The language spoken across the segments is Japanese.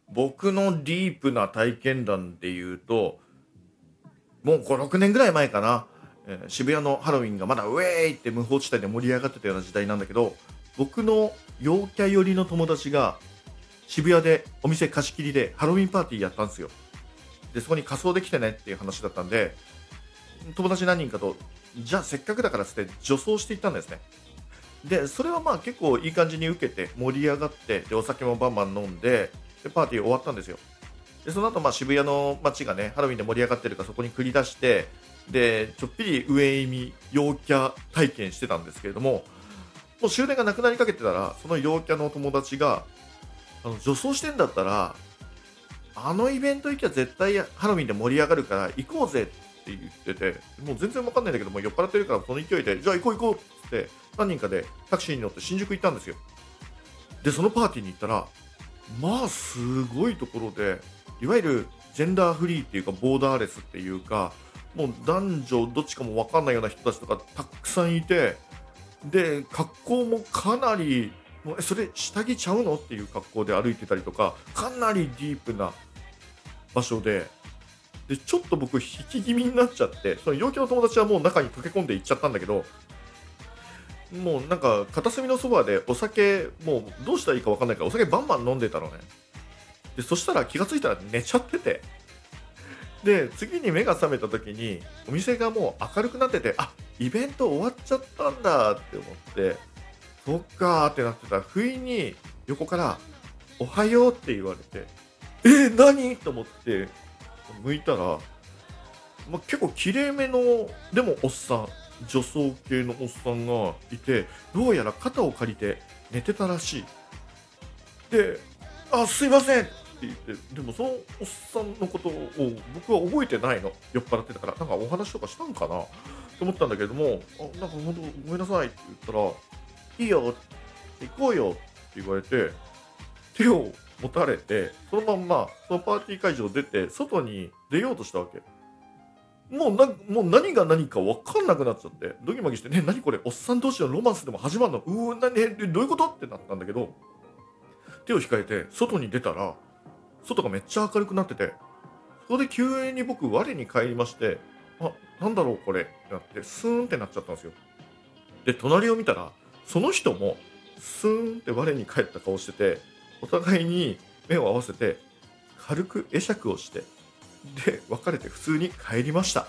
僕のディープな体験談で言うと、もう5、6年ぐらい前かな。渋谷のハロウィンがまだウェーイって無法地帯で盛り上がってたような時代なんだけど、僕の陽キャ寄りの友達が渋谷でお店貸し切りでハロウィンパーティーやったんですよ。で、そこに仮装できてねっていう話だったんで、友達何人かと、じゃあせっかくだからっつって女装していったんですね。で、それはまあ結構いい感じに受けて盛り上がって、で、お酒もバンバン飲んで、で、パーティー終わったんですよ。で、その後、まあ、渋谷の街がね、ハロウィンで盛り上がってるからそこに繰り出して、で、ちょっぴり上意味、陽キャ体験してたんですけれども、もう終電がなくなりかけてたら、その陽キャの友達が、女装してんだったら、あのイベント行きゃ絶対ハロウィンで盛り上がるから行こうぜって言ってて、もう全然わかんないんだけど、もう酔っ払ってるからその勢いで、じゃあ行こう行こうって言って、何人かでタクシーに乗って新宿行ったんですよ。で、そのパーティーに行ったら、まあ、すごいところで、いわゆるジェンダーフリーっていうか、ボーダーレスっていうか、もう男女どっちかも分かんないような人たちとかたくさんいて、で、格好もかなり、もうそれ下着ちゃうのっていう格好で歩いてたりとか、かなりディープな場所で、で、ちょっと僕引き気味になっちゃって、その陽キャの友達はもう中に溶け込んでいっちゃったんだけど、もうなんか片隅のそばでお酒、もうどうしたらいいか分かんないからお酒バンバン飲んでたのね。で、そしたら気がついたら寝ちゃってて、で、次に目が覚めた時に、お店がもう明るくなってて、あ、イベント終わっちゃったんだって思って、そっかーってなってたら、不意に横から、おはようって言われて、何と思って向いたら、ま、結構きれいめの、でもおっさん、女装系のおっさんがいて、どうやら肩を借りて寝てたらしい。で、あ、すいませんって言って、でもそのおっさんのことを僕は覚えてないの。酔っ払ってたから。なんかお話とかしたんかなと思ったんだけれども、あ、なんか本当ごめんなさいって言ったら、いいよ、行こうよって言われて、手を持たれて、そのまんま、そのパーティー会場を出て、外に出ようとしたわけ。もう何が何か分かんなくなっちゃって、ドギマギして、何これ、おっさん同士のロマンスでも始まるのどういうことってなったんだけど、手を控えて外に出たら、外がめっちゃ明るくなってて、そこで急に僕我に返りまして、あ、なんだろうこれってなって、スーンってなっちゃったんですよ。で、隣を見たら、その人もスーンって我に返った顔してて、お互いに目を合わせて、軽く会釈をして、で、別れて普通に帰りました。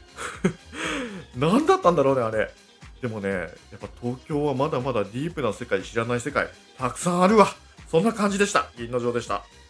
何だったんだろうね、あれ。でもね、やっぱ東京はまだまだディープな世界、知らない世界、たくさんあるわ。そんな感じでした。銀の城でした。